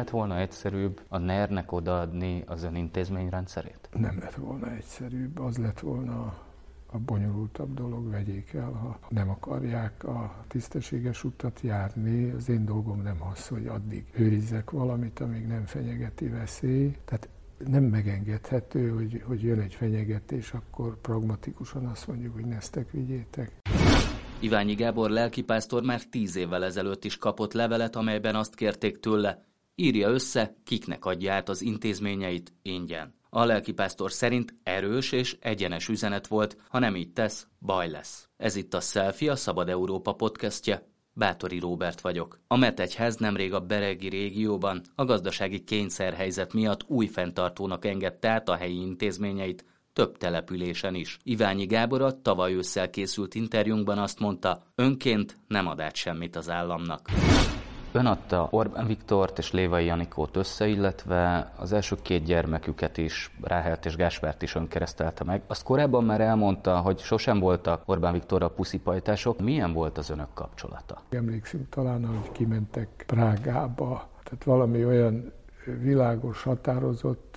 lett volna egyszerűbb a NER-nek odaadni az ön intézményrendszerét? Nem lett volna egyszerűbb, az lett volna a bonyolultabb dolog, vegyék el, ha nem akarják a tisztességes utat járni. Az én dolgom nem az, hogy addig őrizzek valamit, amíg nem fenyegeti veszély. Tehát nem megengedhető, hogy jön egy fenyegetés, akkor pragmatikusan azt mondjuk, hogy neztek, vigyétek. Iványi Gábor lelkipásztor már 10 évvel ezelőtt is kapott levelet, amelyben azt kérték tőle, írja össze, kiknek adja át az intézményeit ingyen. A lelkipásztor szerint erős és egyenes üzenet volt, ha nem így tesz, baj lesz. Ez itt a Selfie, a Szabad Európa podcastje. Báthori Róbert vagyok. A Metegyház nemrég a beregi régióban a gazdasági kényszerhelyzet miatt új fenntartónak engedte át a helyi intézményeit, több településen is. Iványi Gábor a tavaly ősszel készült interjúnkban azt mondta, önként nem ad át semmit az államnak. Ön adta Orbán Viktort és Lévai Janikót össze, illetve az első 2 gyermeküket is, Ráhelt és Gáspárt is ön keresztelte meg. Azt korábban már elmondta, hogy sosem voltak Orbán Viktorral puszipajtások. Milyen volt az önök kapcsolata? Emlékszünk talán, hogy kimentek Prágába, tehát valami olyan világos, határozott,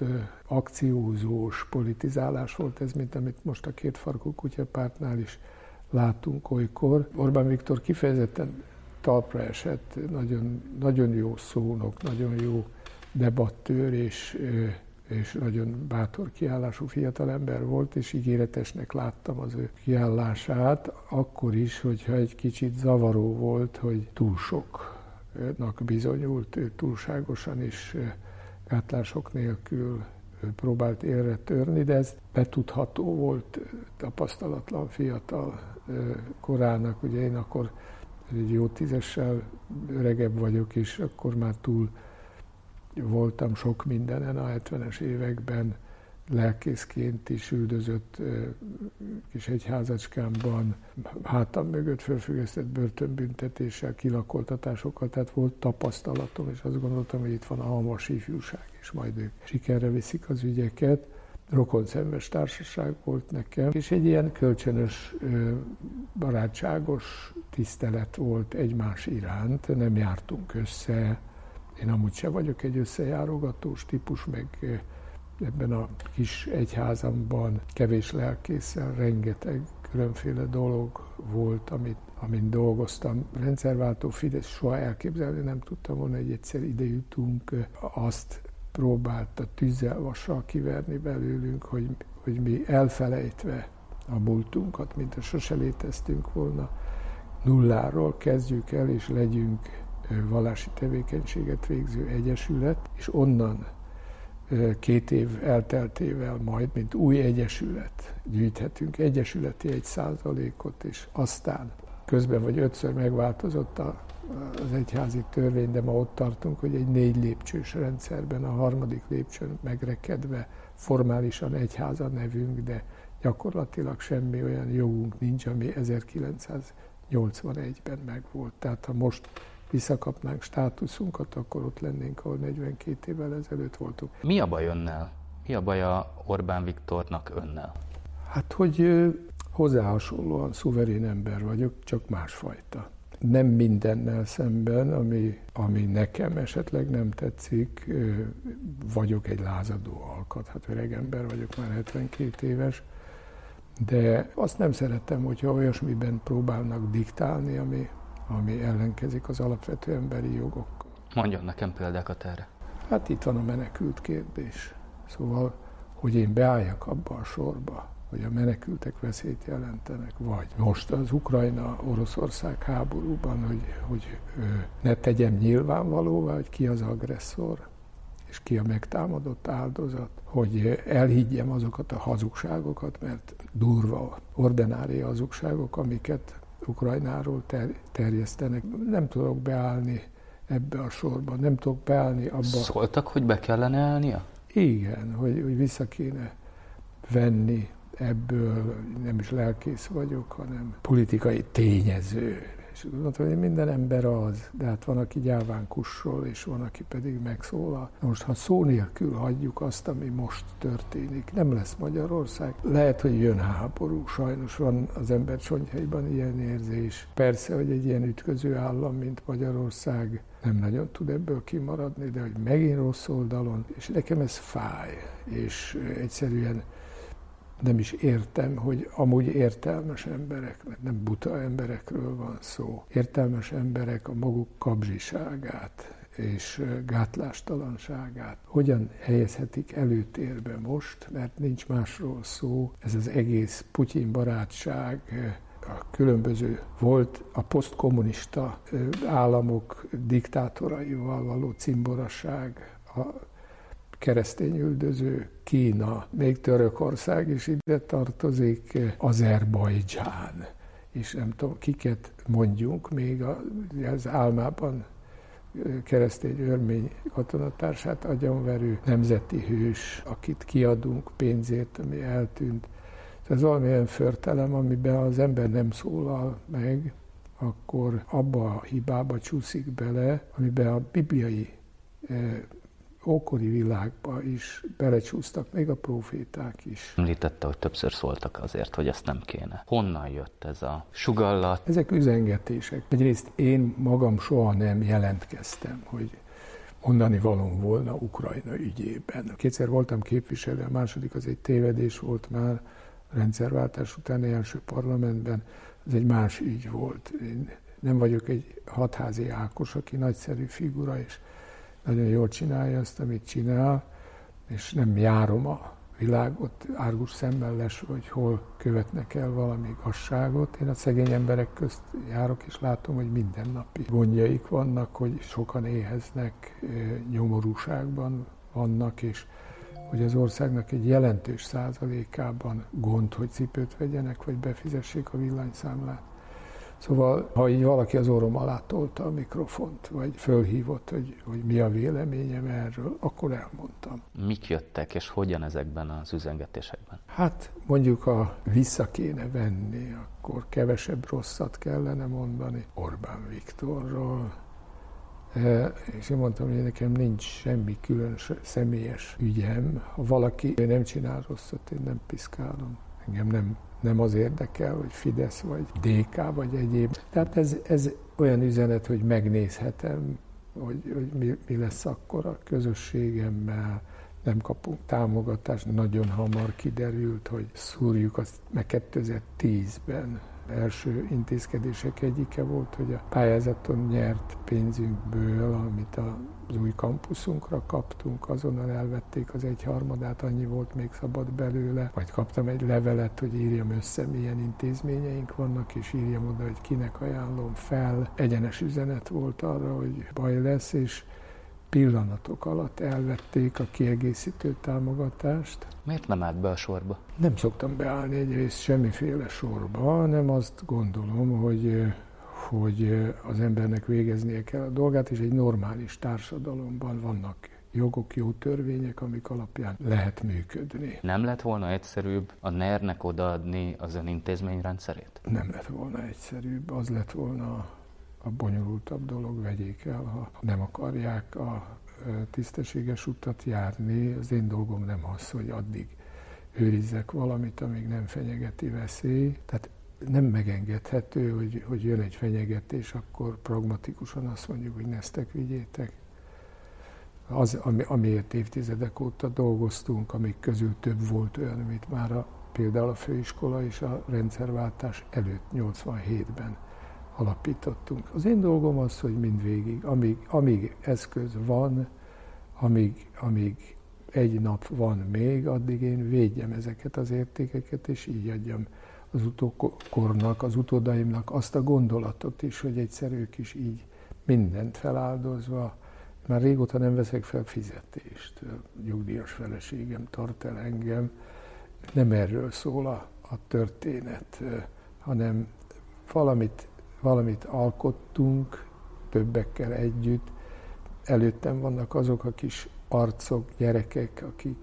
akciózós politizálás volt ez, mint amit most a kétfarkú kutyapártnál is látunk olykor. Orbán Viktor kifejezetten talpra esett, nagyon, nagyon jó szónok, nagyon jó debattőr és nagyon bátor kiállású fiatalember volt, és ígéretesnek láttam az ő kiállását, akkor is, hogyha egy kicsit zavaró volt, hogy túl soknak bizonyult, ő túlságosan is gátlások nélkül próbált élre törni, de ez betudható volt tapasztalatlan fiatal korának. Ugye én akkor egy jó 10-essel öregebb vagyok, és akkor már túl voltam sok mindenen a 70-es években, lelkészként is üldözött kis egyházacskámban, hátam mögött fölfüggesztett börtönbüntetéssel, kilakoltatásokkal, tehát volt tapasztalatom, és azt gondoltam, hogy itt van a hamvas ifjúság, és majd ők sikerre viszik az ügyeket. Rokonszenves társaság volt nekem, és egy ilyen kölcsönös, barátságos tisztelet volt egymás iránt, nem jártunk össze. Én amúgy sem vagyok egy összejárogatós típus, meg ebben a kis egyházamban kevés lelkésszel rengeteg különféle dolog volt, amin dolgoztam. Rendszerváltó Fidesz soha elképzelni nem tudtam volna, hogy egyszer ide jutunk. Azt próbálta tűzzel, vassal kiverni belőlünk, hogy mi elfelejtve a múltunkat, mint ha sose léteztünk volna, nulláról kezdjük el, és legyünk vallási tevékenységet végző egyesület, és onnan 2 év elteltével majd, mint új egyesület gyűjthetünk egyesületi 1%-ot, és aztán közben vagy 5-ször megváltozott az egyházi törvény, de ma ott tartunk, hogy egy 4 lépcsős rendszerben a 3. lépcsőn megrekedve formálisan egyháza nevünk, de gyakorlatilag semmi olyan jogunk nincs, ami 1981-ben megvolt. Tehát ha most visszakapnánk státuszunkat, akkor ott lennénk, ahol 42 évvel ezelőtt voltunk. Mi a baj önnel? Mi a baja Orbán Viktornak önnel? Hát, hogy hozzá hasonlóan szuverén ember vagyok, csak másfajta. Nem mindennel szemben, ami nekem esetleg nem tetszik, vagyok egy lázadó alkat. Hát öreg ember vagyok, már 72 éves, de azt nem szeretem, hogyha olyasmiben próbálnak diktálni, ami ellenkezik az alapvető emberi jogokkal. Mondjon nekem példákat erre. Hát itt van a menekült kérdés. Szóval, hogy én beálljak abba a sorba, hogy a menekültek veszélyt jelentenek, vagy most az Ukrajna-Oroszország háborúban, hogy ne tegyem nyilvánvalóvá, hogy ki az agresszor, és ki a megtámadott áldozat, hogy elhiggyem azokat a hazugságokat, mert durva, ordinári hazugságok, amiket Ukrajnáról terjesztenek. Nem tudok beállni ebbe a sorba, nem tudok beállni abba. Szóltak, hogy be kellene állnia? Igen, hogy vissza kéne venni ebből, nem is lelkész vagyok, hanem politikai tényező. És mondtam, hogy minden ember az, de hát van, aki gyáván kussol, és van, aki pedig megszólal. Most, ha szó nélkül hagyjuk azt, ami most történik, nem lesz Magyarország. Lehet, hogy jön háború, sajnos van az ember csontjaiban ilyen érzés. Persze, hogy egy ilyen ütköző állam, mint Magyarország, nem nagyon tud ebből kimaradni, de hogy megint rossz oldalon, és nekem ez fáj, és egyszerűen nem is értem, hogy amúgy értelmes emberek, mert nem buta emberekről van szó, értelmes emberek a maguk kapzsiságát és gátlástalanságát hogyan helyezhetik előtérbe most, mert nincs másról szó. Ez az egész Putyin barátság, a különböző volt a posztkommunista államok diktátoraival való cimboraság, a keresztényüldöző Kína, még Törökország is ide tartozik, Azerbajdzsán, és nem tudom, kiket mondjunk, még az álmában keresztény örmény katonatársát agyonverő nemzeti hős, akit kiadunk pénzért, ami eltűnt. Ez valamilyen förtelem, amiben az ember nem szólal meg, akkor abba a hibába csúszik bele, amiben a bibliai ókori világba is belecsúsztak, még a próféták is. Említette, hogy többször szóltak azért, hogy ezt nem kéne. Honnan jött ez a sugallat? Ezek üzengetések. Egyrészt én magam soha nem jelentkeztem, hogy mondani valóm volna Ukrajna ügyében. Kétszer voltam képviselő, a második az egy tévedés volt már, a rendszerváltás utáni első parlamentben, ez egy más ügy volt. Én nem vagyok egy hatházi Ákos, aki nagyszerű figura, és nagyon jól csinálja azt, amit csinál, és nem járom a világot árgus szemmel lesve, hogy hol követnek el valami igazságot. Én a szegény emberek közt járok, és látom, hogy mindennapi gondjaik vannak, hogy sokan éheznek, nyomorúságban vannak, és hogy az országnak egy jelentős százalékában gond, hogy cipőt vegyenek, vagy befizessék a villanyszámlát. Szóval, ha így valaki az orrom alá tolta a mikrofont, vagy fölhívott, hogy mi a véleményem erről, akkor elmondtam. Mik jöttek, és hogyan ezekben az üzengetésekben? Hát mondjuk, ha vissza kéne venni, akkor kevesebb rosszat kellene mondani Orbán Viktorról. És én mondtam, hogy nekem nincs semmi külön személyes ügyem. Ha valaki nem csinál rosszat, én nem piszkálom. Engem nem az érdekel, hogy Fidesz, vagy DK, vagy egyéb. Tehát ez olyan üzenet, hogy megnézhetem, hogy mi lesz akkor a közösségemmel, nem kapunk támogatást. Nagyon hamar kiderült, hogy szúrjuk azt, meg 2010-ben első intézkedések egyike volt, hogy a pályázaton nyert pénzünkből, amit az új kampusunkra kaptunk, azonnal elvették az 1/3, annyi volt még szabad belőle. Majd kaptam egy levelet, hogy írjam össze, milyen intézményeink vannak, és írjam oda, hogy kinek ajánlom fel. Egyenes üzenet volt arra, hogy baj lesz, és pillanatok alatt elvették a kiegészítő támogatást. Miért nem állt be a sorba? Nem szoktam beállni egyrészt semmiféle sorba, hanem azt gondolom, hogy az embernek végeznie kell a dolgát, és egy normális társadalomban vannak jogok, jó törvények, amik alapján lehet működni. Nem lett volna egyszerűbb a NER-nek odaadni az ön intézményrendszerét? Nem lett volna egyszerűbb, az lett volna a bonyolultabb dolog, vegyék el, ha nem akarják a tisztességes utat járni. Az én dolgom nem az, hogy addig őrizzek valamit, amíg nem fenyegeti veszély. Tehát nem megengedhető, hogy jön egy fenyegetés, akkor pragmatikusan azt mondjuk, hogy neztek, vigyétek. Az, amiért évtizedek óta dolgoztunk, amik közül több volt olyan, amit már például a főiskola és a rendszerváltás előtt 87-ben alapítottunk. Az én dolgom az, hogy mindvégig, amíg eszköz van, amíg egy nap van még, addig én védjem ezeket az értékeket, és így adjam az utókornak, az utódaimnak azt a gondolatot is, hogy egyszer ők is így mindent feláldozva. Már régóta nem veszek fel fizetést. A nyugdíjas feleségem tart el engem. Nem erről szól a történet, hanem valamit alkottunk többekkel együtt. Előttem vannak azok a kis arcok, gyerekek,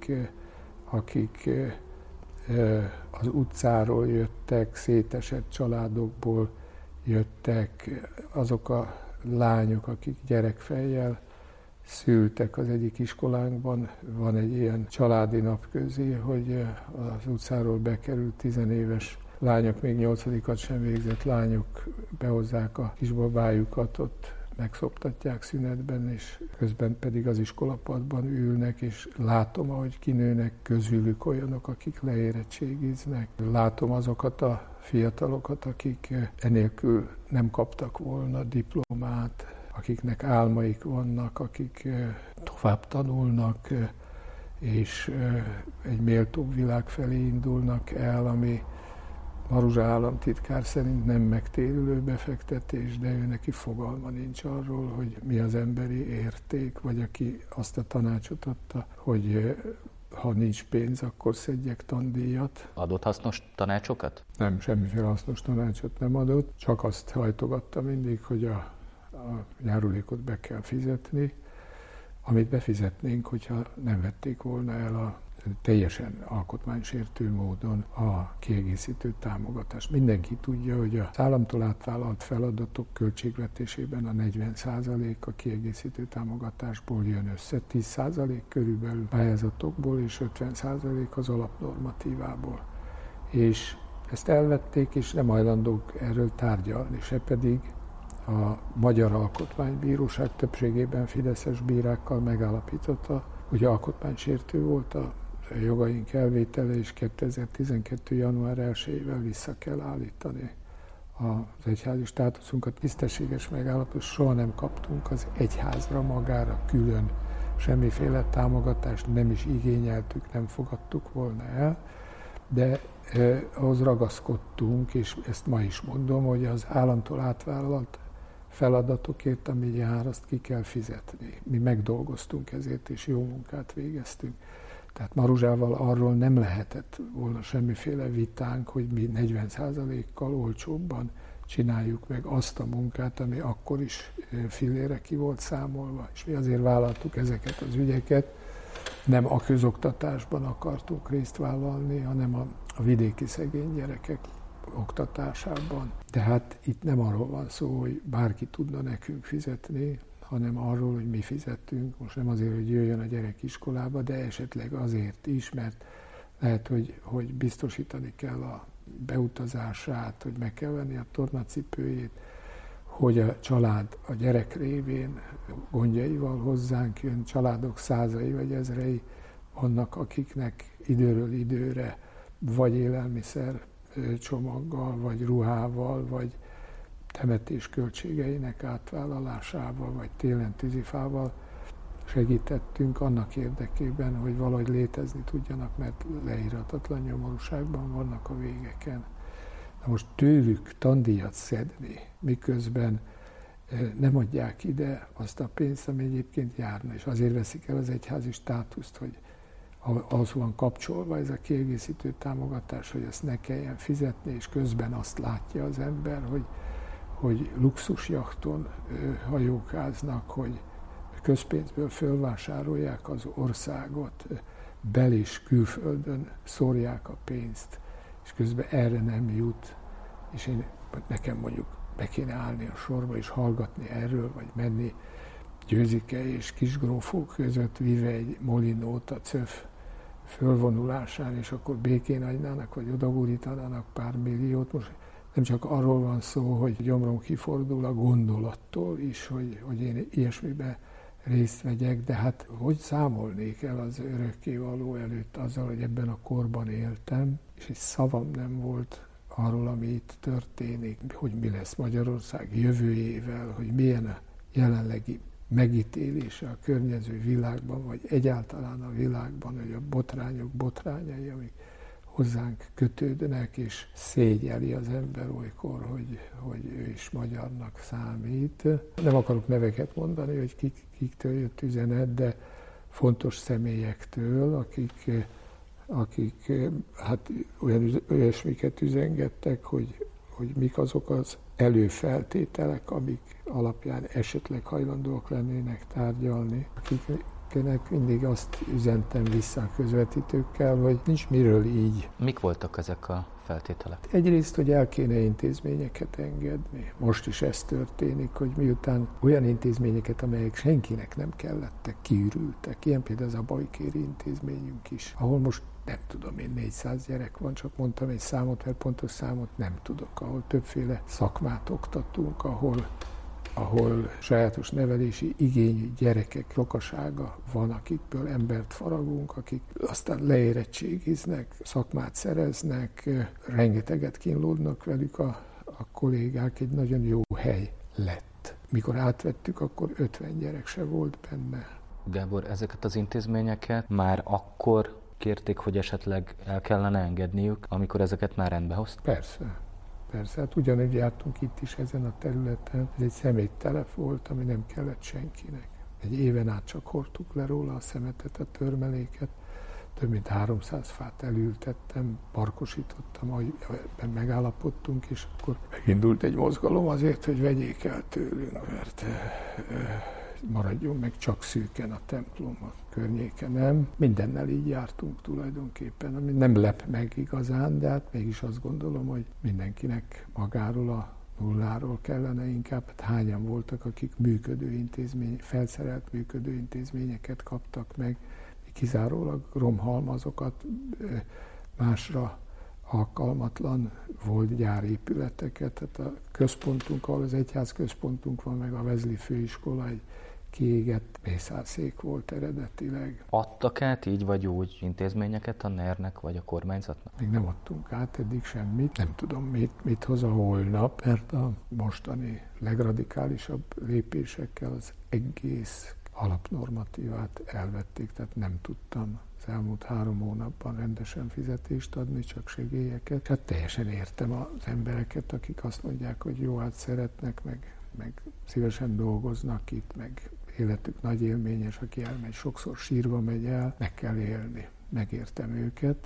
akik az utcáról jöttek, szétesett családokból, jöttek azok a lányok, akik gyerekfejjel szültek az egyik iskolánkban. Van egy ilyen családi napközi, hogy az utcáról bekerült 10 éves lányok, még 8-at sem végzett lányok behozzák a kisbabájukat, ott megszoptatják szünetben, és közben pedig az iskolapadban ülnek, és látom, ahogy kinőnek közülük olyanok, akik leérettségiznek. Látom azokat a fiatalokat, akik enélkül nem kaptak volna diplomát, akiknek álmaik vannak, akik tovább tanulnak, és egy méltóbb világ felé indulnak el, ami Maruzsa államtitkár szerint nem megtérülő befektetés, de ő neki fogalma nincs arról, hogy mi az emberi érték, vagy aki azt a tanácsot adta, hogy ha nincs pénz, akkor szedjek tandíjat. Adott hasznos tanácsokat? Nem, semmiféle hasznos tanácsot nem adott, csak azt hajtogatta mindig, hogy a járulékot be kell fizetni, amit befizetnénk, hogyha nem vették volna el a teljesen alkotmánysértő módon a kiegészítő támogatást. Mindenki tudja, hogy az államtól átvállalt feladatok költségvetésében a 40% a kiegészítő támogatásból jön össze, 10% körülbelül pályázatokból és 50% az alapnormatívából. És ezt elvették, és nem hajlandók erről tárgyalni, se pedig a Magyar Alkotmánybíróság többségében fideszes bírákkal megállapította, hogy alkotmánysértő volt a jogaink elvétele, és 2012. január 1-ével vissza kell állítani az egyházi státuszunkat. Tisztességes megállapodást soha nem kaptunk az egyházra magára külön semmiféle támogatást, nem is igényeltük, nem fogadtuk volna el, de ahhoz ragaszkodtunk, és ezt ma is mondom, hogy az államtól átvállalt feladatokért, ami jár, azt ki kell fizetni. Mi megdolgoztunk ezért, és jó munkát végeztünk. Tehát Maruzsával arról nem lehetett volna semmiféle vitánk, hogy mi 40%-kal olcsóbban csináljuk meg azt a munkát, ami akkor is fillére ki volt számolva. És mi azért vállaltuk ezeket az ügyeket, nem a közoktatásban akartunk részt vállalni, hanem a vidéki szegény gyerekek oktatásában. Tehát itt nem arról van szó, hogy bárki tudna nekünk fizetni, hanem arról, hogy mi fizettünk, most nem azért, hogy jöjjön a gyerek iskolába, de esetleg azért is, mert lehet, hogy biztosítani kell a beutazását, hogy meg kell venni a tornacipőjét, hogy a család a gyerek révén gondjaival hozzánk jön, családok százai vagy ezrei vannak, akiknek időről időre vagy élelmiszer csomaggal, vagy ruhával, vagy temetés költségeinek átvállalásával, vagy télen tűzifával segítettünk annak érdekében, hogy valahogy létezni tudjanak, mert leírhatatlan nyomorúságban vannak a végeken. Na most tőlük tandíjat szedni, miközben nem adják ide azt a pénzt, ami egyébként járna, és azért veszik el az egyházi státuszt, hogy az van kapcsolva ez a kiegészítő támogatás, hogy ezt ne kelljen fizetni, és közben azt látja az ember, hogy luxusjachton hajókáznak, hogy közpénzből fölvásárolják az országot, bel- és külföldön szórják a pénzt, és közben erre nem jut. És nekem mondjuk be kéne állni a sorba, és hallgatni erről, vagy menni Győzike és Kisgrófók között vive egy molinót a CÖF fölvonulásán, és akkor békén hagynának, vagy odagurítanának pár milliót. Most nem csak arról van szó, hogy gyomrom kifordul a gondolattól is, hogy én ilyesmiben részt vegyek, de hát hogy számolnék el az örökkévaló előtt azzal, hogy ebben a korban éltem, és egy szavam nem volt arról, ami itt történik, hogy mi lesz Magyarország jövőjével, hogy milyen a jelenlegi megítélése a környező világban, vagy egyáltalán a világban, hogy a botrányok botrányai, amik hozzánk kötődnek, és szégyeli az ember olykor, hogy ő is magyarnak számít. Nem akarok neveket mondani, hogy kiktől jött üzenet, de fontos személyektől, akik hát olyasmiket üzengettek, hogy mik azok az előfeltételek, amik alapján esetleg hajlandóak lennének tárgyalni, akik akinek mindig azt üzentem vissza a közvetítőkkel, hogy nincs miről így. Mik voltak ezek a feltételek? Egyrészt, hogy el kéne intézményeket engedni. Most is ez történik, hogy miután olyan intézményeket, amelyek senkinek nem kellettek, kiürültek. Ilyen például az a Bajkéri intézményünk is, ahol most nem tudom én, 400 gyerek van, csak mondtam egy számot, mert pontos számot nem tudok, ahol többféle szakmát oktatunk, ahol sajátos nevelési igényű gyerekek rokasága van, akikből embert faragunk, akik aztán leérettségiznek, szakmát szereznek, rengeteget kínlódnak velük a kollégák, egy nagyon jó hely lett. Mikor átvettük, akkor 50 gyerek se volt benne. Gábor, ezeket az intézményeket már akkor kérték, hogy esetleg el kellene engedniük, amikor ezeket már rendbe hoztak? Persze. Hát ugyanúgy jártunk itt is ezen a területen. Ez egy szeméttelep volt, ami nem kellett senkinek. Egy éven át csak hordtuk le róla a szemetet, a törmeléket. Több mint 300 fát elültettem, parkosítottam, ahogy ebben megállapodtunk, és akkor megindult egy mozgalom azért, hogy vegyék el tőlünk, mert maradjon meg csak szűken a templom, a környéke nem. Mindennel így jártunk tulajdonképpen, ami nem lep meg igazán, de hát mégis azt gondolom, hogy mindenkinek magáról a nulláról kellene inkább. Hát hányan voltak, akik felszerelt működő intézményeket kaptak meg, kizárólag romhalmazokat, másra alkalmatlan volt gyárépületeket. Tehát a központunk, ahol az egyház központunk van, meg a Wesley főiskola, egy kiégett mészárszék volt eredetileg. Adtak át így vagy úgy intézményeket a NER-nek vagy a kormányzatnak? Még nem adtunk át eddig semmit. Nem tudom, mit hoz a holnap, mert a mostani legradikálisabb lépésekkel az egész alapnormatívát elvették, tehát nem tudtam az elmúlt 3 hónapban rendesen fizetést adni, csak segélyeket. Hát teljesen értem az embereket, akik azt mondják, hogy jó, hát szeretnek, meg szívesen dolgoznak itt, meg életük nagy élményes, aki elmegy, sokszor sírva megy el, meg kell élni. Megértem őket,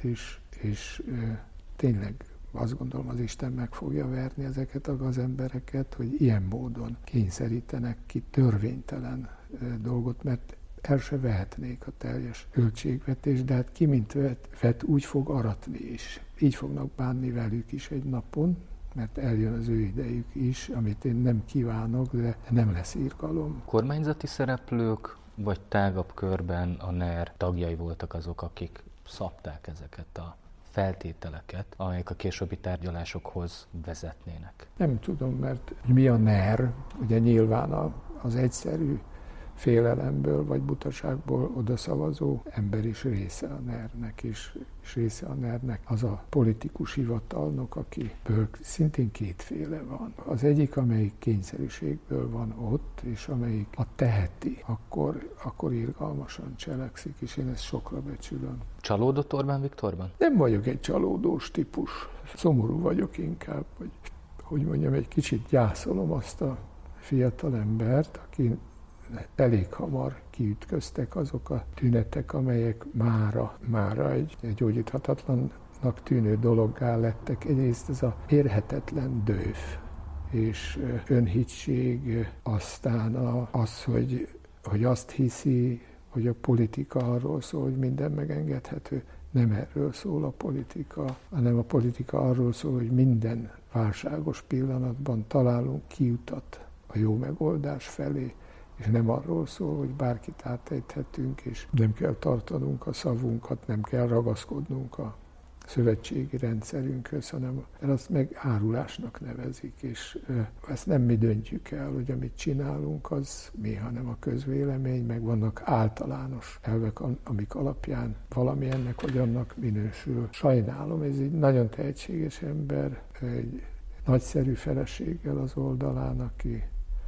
és tényleg azt gondolom, az Isten meg fogja verni ezeket az embereket, hogy ilyen módon kényszerítenek ki törvénytelen dolgot, mert el se vehetnék a teljes költségvetést, de hát ki mint vet, úgy fog aratni is. Így fognak bánni velük is egy napon, mert eljön az ő idejük is, amit én nem kívánok, de nem lesz irgalom. Kormányzati szereplők, vagy tágabb körben a NER tagjai voltak azok, akik szabták ezeket a feltételeket, amelyek a későbbi tárgyalásokhoz vezetnének? Nem tudom, mert mi a NER, ugye nyilván az egyszerű félelemből vagy butaságból odaszavazó ember is része a NER-nek, és része a NER-nek az a politikus hivatalnok, akiből szintén kétféle van. Az egyik, amelyik kényszerűségből van ott, és amelyik a teheti, akkor irgalmasan cselekszik, és én ezt sokra becsülöm. Csalódott Orbán Viktorban? Nem vagyok egy csalódós típus. Szomorú vagyok inkább, hogy mondjam, egy kicsit gyászolom azt a fiatal embert, aki elég hamar kiütköztek azok a tünetek, amelyek mára egy gyógyíthatatlannak tűnő dologgá lettek. Egyrészt ez a érhetetlen dőf és önhittség, aztán az, hogy azt hiszi, hogy a politika arról szól, hogy minden megengedhető. Nem erről szól a politika, hanem a politika arról szól, hogy minden válságos pillanatban találunk kiutat a jó megoldás felé, és nem arról szól, hogy bárkit átejthetünk, és nem kell tartanunk a szavunkat, nem kell ragaszkodnunk a szövetségi rendszerünkhöz, hanem azt meg árulásnak nevezik, és ezt nem mi döntjük el, hogy amit csinálunk, az mi, hanem a közvélemény, meg vannak általános elvek, amik alapján valami ennek vagy annak minősül. Sajnálom, ez egy nagyon tehetséges ember, egy nagyszerű feleséggel az oldalán, aki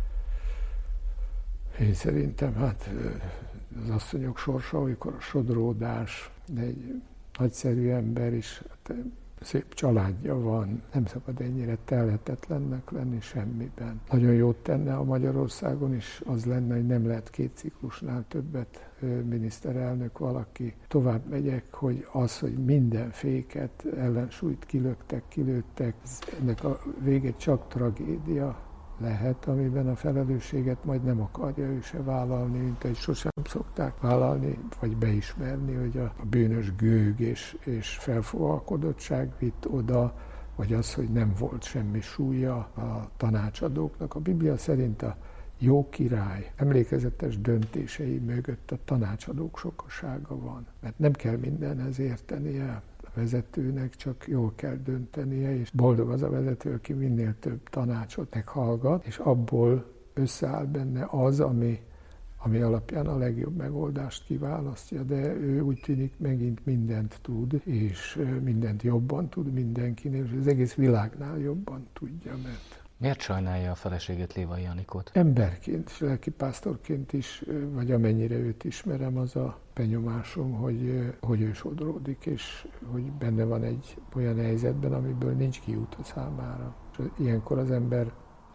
én szerintem, hát az asszonyok sorsa, olykor a sodródás, de egy nagyszerű ember is, hát szép családja van, nem szabad ennyire telhetetlennek lenni semmiben. Nagyon jót tenne, ha Magyarországon is az lenne, hogy nem lehet 2 ciklusnál többet miniszterelnök valaki. Tovább megyek, hogy minden féket, ellensúlyt kilőttek, ennek a vége csak tragédia, lehet, amiben a felelősséget majd nem akarja ő se vállalni, mint hogy sosem szokták vállalni, vagy beismerni, hogy a bűnös gőg és felfogalkodottság vitt oda, vagy az, hogy nem volt semmi súlya a tanácsadóknak. A Biblia szerint a jó király emlékezetes döntései mögött a tanácsadók sokasága van. Mert nem kell mindenhez értenie a vezetőnek, csak jól kell döntenie, és boldog az a vezető, aki minél több tanácsot meghallgat, és abból összeáll benne az, ami alapján a legjobb megoldást kiválasztja, de ő úgy tűnik megint mindent tud, és mindent jobban tud mindenkinél, és az egész világnál jobban tudja, mert... Miért sajnálja a feleségét, Lévai Anikót? Emberként, és lelkipásztorként is, vagy amennyire őt ismerem, az a benyomásom, hogy ő sodródik, és hogy benne van egy olyan helyzetben, amiből nincs kiút a számára. És ilyenkor az ember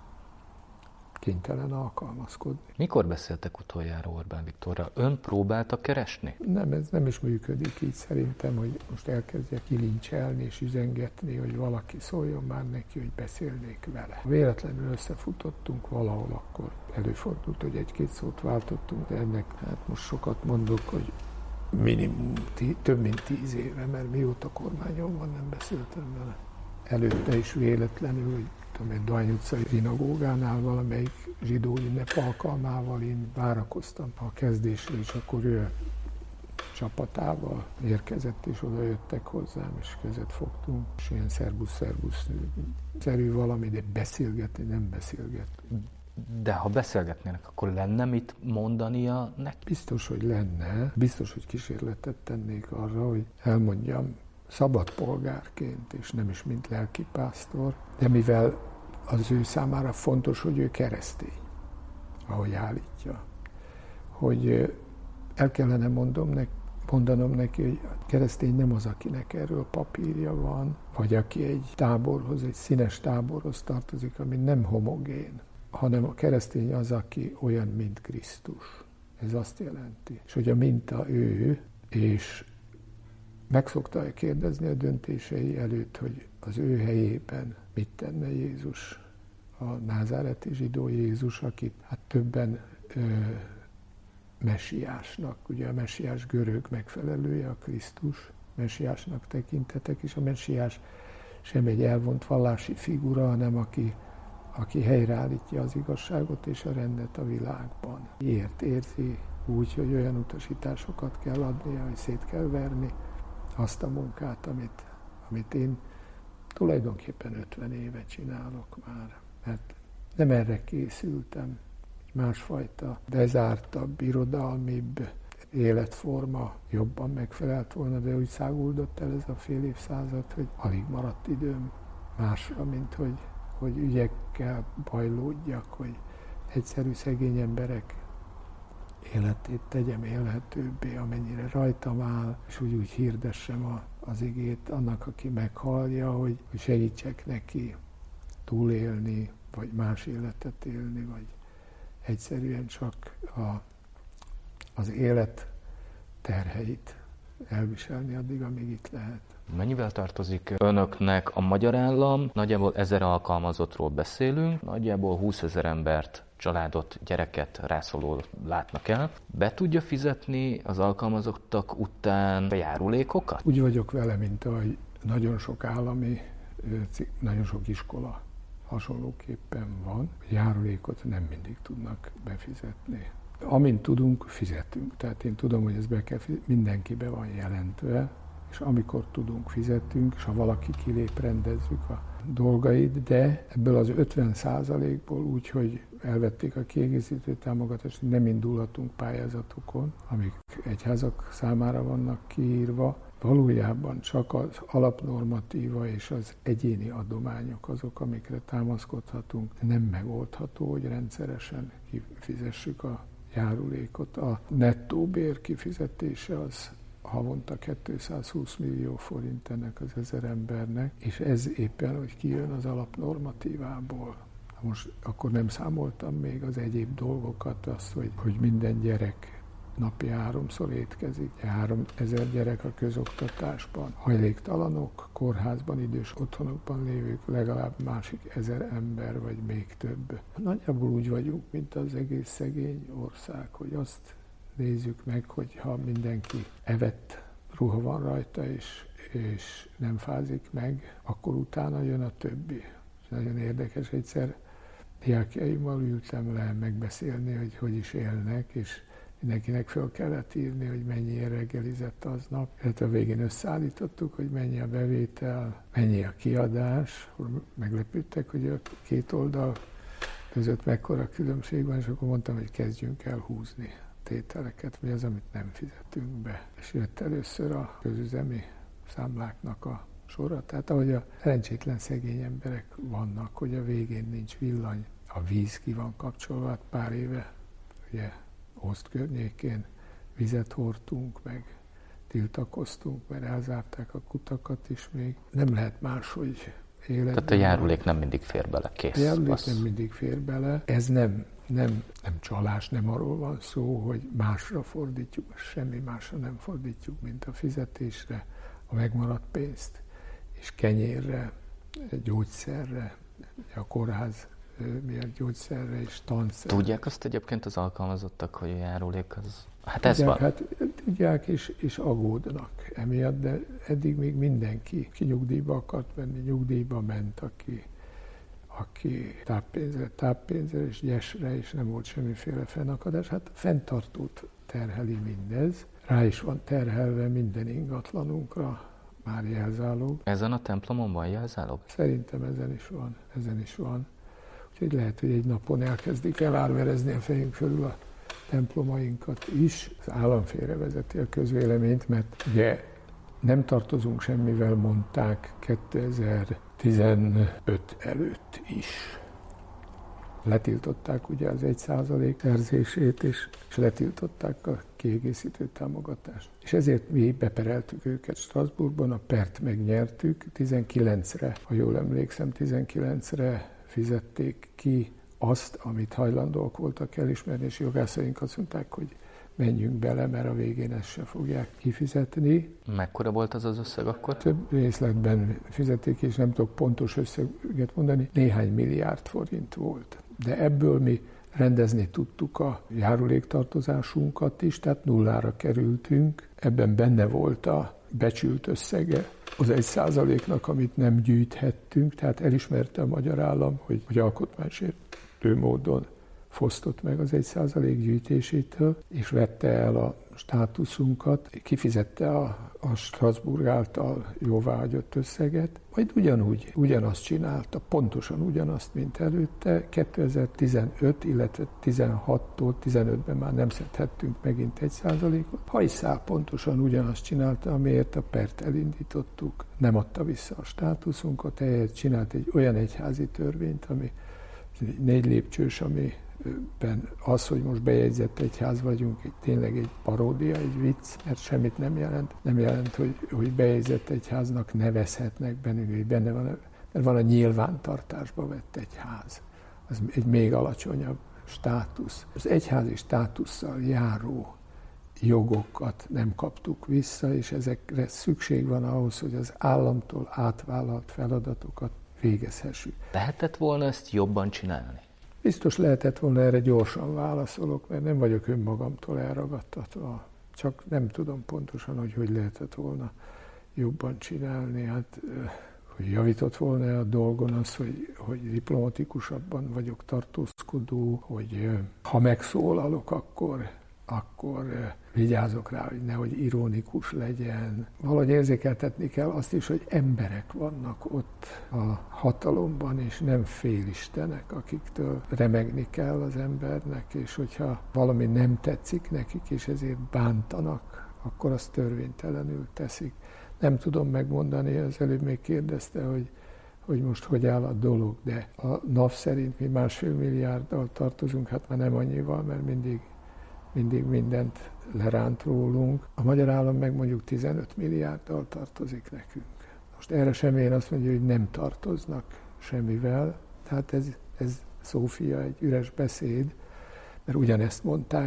kénytelen alkalmazkodni. Mikor beszéltek utoljára Orbán Viktorral? Ön próbálta keresni? Nem, ez nem is működik így szerintem, hogy most elkezdjek kilincselni és üzengetni, hogy valaki szóljon már neki, hogy beszélnék vele. Véletlenül összefutottunk valahol, akkor előfordult, hogy egy-két szót váltottunk, de ennek hát most sokat mondok, hogy minimum több mint 10 éve, mert mióta kormányon van, nem beszéltem vele. Előtte is véletlenül, hogy egy Dohány utcai zsinagógánál valamelyik zsidó ünnep alkalmával én várakoztam a kezdésre, és akkor ő csapatával érkezett, és oda jöttek hozzám, és kezet fogtunk, és ilyen szervusz-szervusz-szerű valami, de beszélgetni nem beszélget. De ha beszélgetnének, akkor lenne mit mondania neki? Biztos, hogy lenne. Biztos, hogy kísérletet tennék arra, hogy elmondjam, szabad polgárként, és nem is mint lelkipásztor, de mivel az ő számára fontos, hogy ő keresztény, ahogy állítja, hogy el kellene mondanom neki, hogy a keresztény nem az, akinek erről papírja van, vagy aki egy táborhoz, egy színes táborhoz tartozik, ami nem homogén, hanem a keresztény az, aki olyan, mint Krisztus. Ez azt jelenti. És hogy a minta ő, és meg szokta kérdezni a döntései előtt, hogy az ő helyében mit tenne Jézus, a názáreti zsidó Jézus, akit hát többen messiásnak, ugye a messiás görög megfelelője, a Krisztus messiásnak tekintetek, és a messiás sem egy elvont vallási figura, hanem aki helyreállítja az igazságot és a rendet a világban. Érzi úgy, hogy olyan utasításokat kell adnia, hogy szét kell verni azt a munkát, amit én tulajdonképpen 50 éve csinálok már. Mert nem erre készültem, másfajta, bezártabb, irodalmibb életforma jobban megfelelt volna, de úgy száguldott el ez a fél évszázad, hogy alig maradt időm másra, mint hogy ügyekkel bajlódjak, hogy egyszerű szegény emberek életét tegyem élhetőbbé, amennyire rajtam áll, és úgy hirdessem az igét annak, aki meghallja, hogy segítsek neki túlélni, vagy más életet élni, vagy egyszerűen csak az élet terheit elviselni addig, amíg itt lehet. Mennyivel tartozik önöknek a magyar állam? Nagyjából 1000 alkalmazottról beszélünk, nagyjából 20 000 embert, családot, gyereket, rászoruló látnak el. Be tudja fizetni az alkalmazottak után a járulékokat? Úgy vagyok vele, mint ahogy nagyon sok állami, nagyon sok iskola hasonlóképpen van. Járulékot nem mindig tudnak befizetni. Amint tudunk, fizetünk. Tehát én tudom, hogy ez mindenki be van jelentve, és amikor tudunk, fizetünk, és ha valaki kilép, rendezzük a dolgait, de ebből az 50%-ból úgy, hogy elvették a kiegészítő támogatást, nem indulhatunk pályázatokon, amik egyházak számára vannak kiírva. Valójában csak az alapnormatíva és az egyéni adományok azok, amikre támaszkodhatunk. Nem megoldható, hogy rendszeresen kifizessük a járulékot. A nettó bér kifizetése az havonta 220 millió forint ennek az 1000 embernek, és ez éppen, hogy kijön az alapnormatívából. Most akkor nem számoltam még az egyéb dolgokat, azt, hogy minden gyerek napi 3-szor étkezik. 3000 gyerek a közoktatásban, hajléktalanok, kórházban, idős otthonokban lévők, legalább másik 1000 ember, vagy még több. Nagyjából úgy vagyunk, mint az egész szegény ország, hogy azt nézzük meg, hogy ha mindenki evett ruha van rajta, és nem fázik meg, akkor utána jön a többi. És nagyon érdekes, egyszer diákjaimmal ültem le megbeszélni, hogy is élnek, és mindenkinek föl kellett írni, hogy mennyi reggelizett aznap. A végén összeállítottuk, hogy mennyi a bevétel, mennyi a kiadás. Meglepődtek, hogy a két oldal között mekkora különbség van, és akkor mondtam, hogy kezdjünk el húzni tételeket, mi az, amit nem fizetünk be. És jött először a közüzemi számláknak a sora. Tehát ahogy a szerencsétlen szegény emberek vannak, hogy a végén nincs villany, a víz ki van kapcsolva, pár éve, ugye Oszt környékén vizet hordtunk, meg tiltakoztunk, mert elzárták a kutakat is még. Nem lehet máshogy életben. Tehát a járulék nem mindig fér bele, kész. A járulék nem mindig fér bele. Ez nem csalás, nem arról van szó, hogy másra fordítjuk, semmi másra nem fordítjuk, mint a fizetésre, a megmaradt pénzt, és kenyérre, gyógyszerre, a kórház miért gyógyszerre és tanszerre. Tudják azt egyébként az alkalmazottak, hogy a járulék az... Hát ez van. Hát tudják és aggódnak emiatt, de eddig még mindenki, ki nyugdíjba akart menni, nyugdíjba ment, aki táppénzre és gyesre, és nem volt semmiféle fennakadás. Hát fenntartót terheli mindez. Rá is van terhelve minden ingatlanunkra, már jelzálog. Ezen a templomon van jelzálog? Szerintem ezen is van. Úgyhogy lehet, hogy egy napon elkezdik elárverezni a fejünk fölül a templomainkat is. Az állam félrevezeti a közvéleményt, mert ugye nem tartozunk semmivel, mondták 2015 előtt is. Letiltották ugye az 1% szerzését, és letiltották a kiegészítő támogatást. És ezért mi bepereltük őket Strasbourgban, a pert megnyertük, 19-re, ha jól emlékszem, 19-re fizették ki azt, amit hajlandóak voltak elismerni, és jogászaink azt mondták, hogy menjünk bele, mert a végén ezt se fogják kifizetni. Mekkora volt az összeg akkor? Több részletben fizették, és nem tudok pontos összeget mondani, néhány milliárd forint volt. De ebből mi rendezni tudtuk a járuléktartozásunkat is, tehát nullára kerültünk. Ebben benne volt a becsült összege az 1%-nak, amit nem gyűjthettünk, tehát elismerte a magyar állam, hogy alkotmánysértő módon fosztott meg az 1% gyűjtésétől, és vette el a státuszunkat, kifizette a Strasbourg által jóváhagyott összeget, majd ugyanazt csinálta, pontosan ugyanazt, mint előtte. 2015, illetve 16-tól 15-ben már nem szedhettünk megint 1%-ot. Hajszál pontosan ugyanazt csinálta, amiért a pert elindítottuk. Nem adta vissza a státuszunkat, ehhez csinált egy olyan egyházi törvényt, ami 4 lépcsős, amiben az, hogy most bejegyzett egyház vagyunk, tényleg egy paródia, egy vicc, mert semmit nem jelent. Nem jelent, hogy bejegyzett egyháznak nevezhetnek bennünk, hogy benne van, mert van a nyilvántartásba vett egyház. Az egy még alacsonyabb státusz. Az egyházi státusszal járó jogokat nem kaptuk vissza, és ezekre szükség van ahhoz, hogy az államtól átvállalt feladatokat végezhessük. Lehetett volna ezt jobban csinálni? Biztos lehetett volna, erre gyorsan válaszolok, mert nem vagyok önmagamtól elragadtatva. Csak nem tudom pontosan, hogy lehetett volna jobban csinálni. Hát, hogy javított volna a dolgon az, hogy diplomatikusabban vagyok tartózkodó, hogy ha megszólalok, akkor vigyázok rá, hogy nehogy ironikus legyen. Valahogy érzékeltetni kell azt is, hogy emberek vannak ott a hatalomban, és nem félistenek, akiktől remegni kell az embernek, és hogyha valami nem tetszik nekik, és ezért bántanak, akkor azt törvénytelenül teszik. Nem tudom megmondani, az előbb még kérdezte, hogy most hogy áll a dolog, de a NAV szerint mi 1,5 milliárddal tartozunk, hát már nem annyival, mert mindig mindent leránt rólunk. A magyar állam meg mondjuk 15 milliárddal tartozik nekünk. Most erre semmi azt mondja, hogy nem tartoznak semmivel. Tehát ez Szófia egy üres beszéd, mert ugyanezt mondták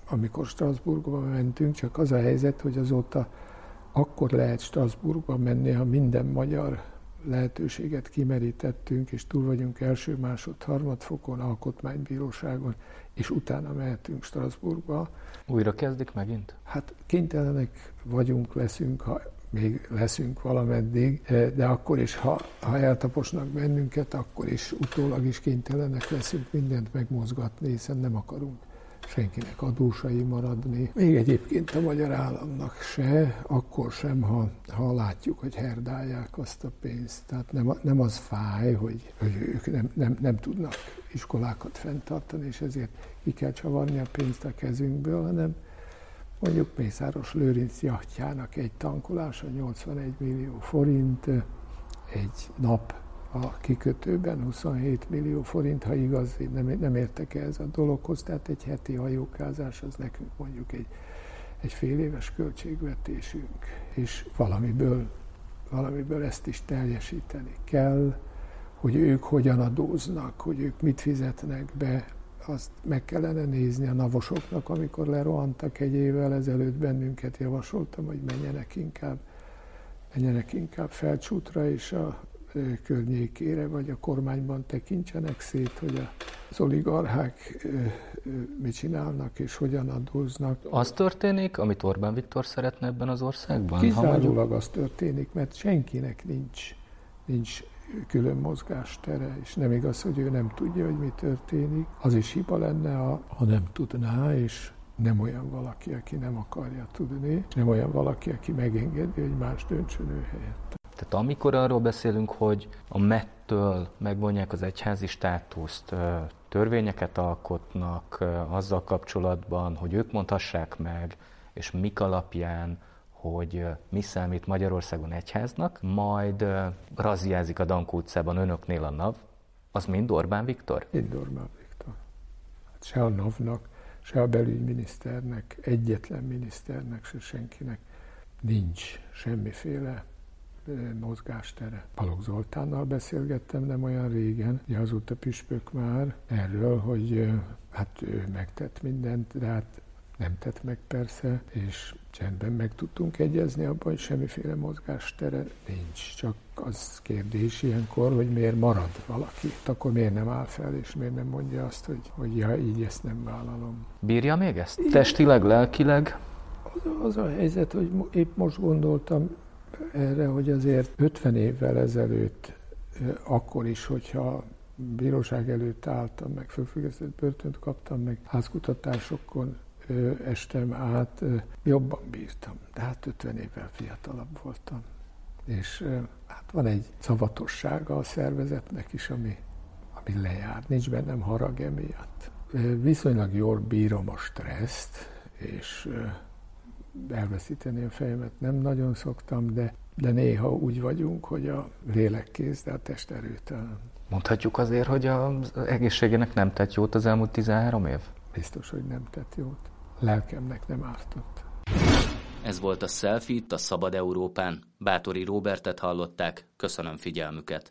amikor Strasbourgba mentünk, csak az a helyzet, hogy azóta akkor lehet Strasbourgba menni, ha minden magyar lehetőséget kimerítettünk, és túl vagyunk első, harmadfokon, alkotmánybíróságon, és utána mehetünk Strasbourgba. Újra kezdik megint? Hát kénytelenek leszünk, ha még leszünk valameddig, de akkor is, ha eltaposnak bennünket, akkor is utólag is kénytelenek leszünk mindent megmozgatni, hiszen nem akarunk senkinek adósai maradni. Még egyébként a magyar államnak se, akkor sem, ha látjuk, hogy herdálják azt a pénzt. Tehát nem az fáj, hogy ők nem tudnak iskolákat fenntartani, és ezért ki kell csavarni a pénzt a kezünkből, hanem mondjuk Mészáros Lőrinc jachtjának egy tankolása 81 millió forint, egy nap a kikötőben 27 millió forint, ha igaz, nem értek ehhez a dologhoz, tehát egy heti hajókázás az nekünk mondjuk egy fél éves költségvetésünk, és valamiből ezt is teljesíteni kell, hogy ők hogyan adóznak, hogy ők mit fizetnek be, azt meg kellene nézni a navosoknak, amikor lerohantak egy évvel ezelőtt bennünket, javasoltam, hogy menjenek inkább Felcsútra és a környékére, vagy a kormányban tekintsenek szét, hogy az oligarchák mit csinálnak és hogyan adóznak. Az történik, amit Orbán Viktor szeretne ebben az országban? Kizárólag az történik, mert senkinek nincs külön mozgástere, és nem igaz, hogy ő nem tudja, hogy mi történik. Az is hiba lenne, ha nem tudná, és nem olyan valaki, aki nem akarja tudni, és nem olyan valaki, aki megengedi, hogy más döntsön ő helyett. Tehát amikor arról beszélünk, hogy a MET-től megvonják az egyházi státuszt, törvényeket alkotnak azzal kapcsolatban, hogy ők mondhassák meg, és mik alapján, hogy mi számít Magyarországon egyháznak, majd razziázik a Dankó utcában önöknél a NAV, az mind Orbán Viktor? Mind Orbán Viktor. Hát se a NAV-nak, se a belügyminiszternek, egyetlen miniszternek, se senkinek nincs semmiféle mozgástere. Balogh Zoltánnal beszélgettem nem olyan régen, ugye azóta püspök már erről, hogy hát ő megtett mindent, de hát nem tett meg persze, és csendben meg tudtunk egyezni abban, hogy semmiféle mozgástere nincs. Csak az kérdés ilyenkor, hogy miért marad valaki. Akkor miért nem áll fel, és miért nem mondja azt, hogy ja, így ezt nem vállalom. Bírja még ezt? Testileg, lelkileg? Az a helyzet, hogy épp most gondoltam erre, hogy azért 50 évvel ezelőtt, akkor is, hogyha bíróság előtt álltam, meg fölfüggesztett börtönt kaptam, meg házkutatásokon estem át, jobban bírtam. De hát 50 évvel fiatalabb voltam. És hát van egy szavatossága a szervezetnek is, ami lejár. Nincs bennem harag emiatt. Viszonylag jól bírom a stresszt, és elveszíteni a fejemet nem nagyon szoktam, de néha úgy vagyunk, hogy a lélek kész, de a test erőtelen. Mondhatjuk azért, hogy az egészségének nem tett jót az elmúlt 13 év? Biztos, hogy nem tett jót. Lelkemnek nem ártott. Ez volt a Selfie itt a Szabad Európán. Báthori Róbertet hallották. Köszönöm figyelmüket.